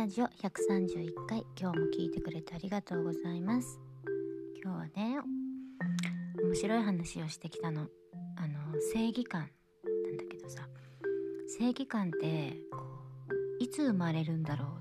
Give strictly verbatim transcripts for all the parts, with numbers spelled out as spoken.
ラジオひゃくさんじゅういっかい、今日も聞いてくれてありがとうございます。今日はね、面白い話をしてきたの。あの正義感なんだけどさ、正義感ってこういつ生まれるんだろうって、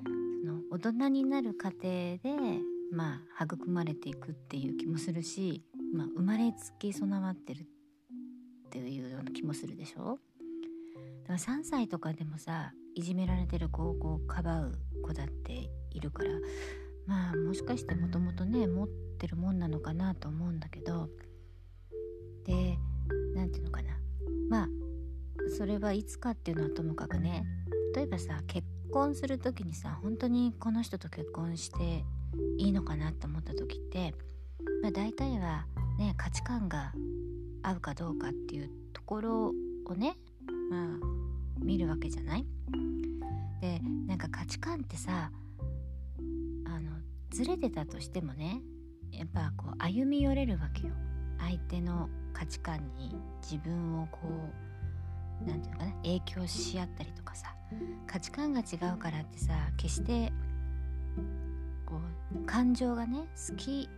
その大人になる過程でまあ育まれていくっていう気もするし、まあ、生まれつき備わってるっていうような気もするでしょ。だからさんさいとかでもさ、いじめられてる子をこうかばう子だっているから、まあもしかしてもともとね持ってるもんなのかなと思うんだけど、でなんていうのかな、まあそれはいつかっていうのはともかくね、例えばさ、結婚する時にさ、本当にこの人と結婚していいのかなって思った時って、まあ、大体はね価値観が合うかどうかっていうところをね、まあ見るわけじゃない。でなんか価値観ってさ、あのずれてたとしてもね、やっぱこう歩み寄れるわけよ。相手の価値観に自分をこうなんていうのかな、影響し合ったりとかさ、価値観が違うからってさ、決してこう感情がね好き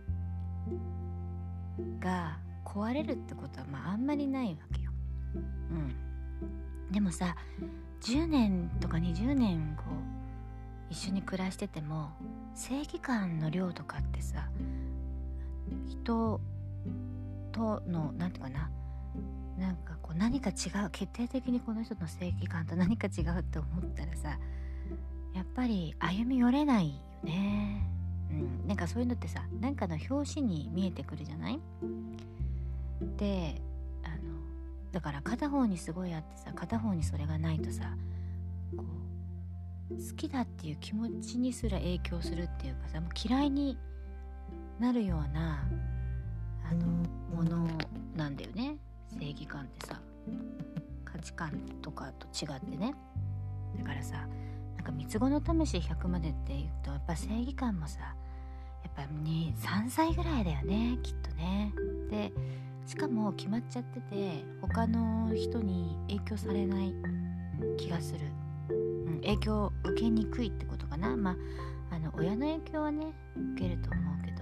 が壊れるってことはまああんまりないわけよ。うんでもさ、じゅうねんとかにじゅうねんこう一緒に暮らしてても、正義感の量とかってさ、人とのなんていうかな、なんかこう何か違う、決定的にこの人の正義感と何か違うって思ったらさ、やっぱり歩み寄れないよね。うん、なんかそういうのってさ、なんかの表紙に見えてくるじゃない。であのだから片方にすごいあってさ、片方にそれがないとさ、こう好きだっていう気持ちにすら影響するっていうかさ、もう嫌いになるようなあのものなんだよね、正義感ってさ。価値観とかと違ってね。だからさ、なんか三つ子の魂ひゃくまでって言うと、やっぱ正義感もさ、やっぱに、さんさいぐらいだよね、きっとね。でしかも決まっちゃってて、他の人に影響されない気がする、うん、影響を受けにくいってことかな。まああの親の影響はね受けると思うけど、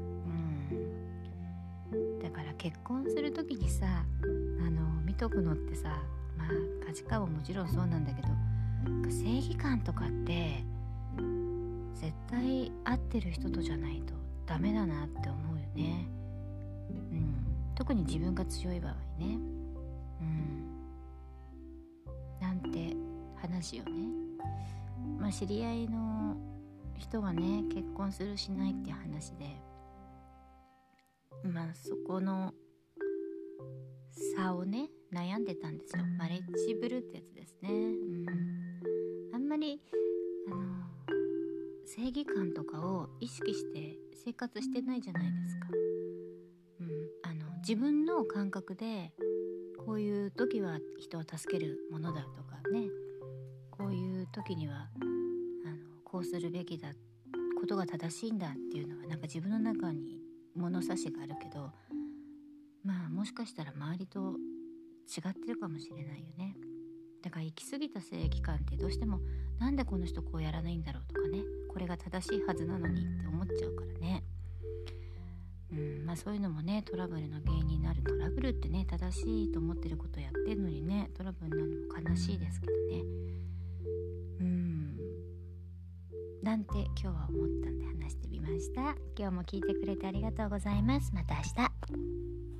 うんだから結婚する時にさ、あの見とくのってさ、まあ価値観ももちろんそうなんだけど、正義感とかって絶対合ってる人とじゃないとダメだなって思うよね。うん特に自分が強い場合ね。うんなんて話をね、まあ知り合いの人はね、結婚するしないって話で、まあそこの差をね悩んでたんですよ。マレッジブルーってやつですね。うんあんまりあの正義感とかを意識して生活してないじゃないですか。うん、あの自分の感覚でこういう時は人を助けるものだとかね、こういう時にはあのこうするべきだ、ことが正しいんだっていうのはなんか自分の中に物差しがあるけど、まあもしかしたら周りと違ってるかもしれないよね。だから行き過ぎた正義感ってどうしても、なんでこの人こうやらないんだろうとかね、これが正しいはずなのにって思っちゃうからね。うんまあそういうのもね、トラブルの原因になる。トラブルってね、正しいと思ってることやってるのにね、トラブルになるのも悲しいですけどね。うんなんて今日は思ったんで話してみました。今日も聞いてくれてありがとうございます。また明日。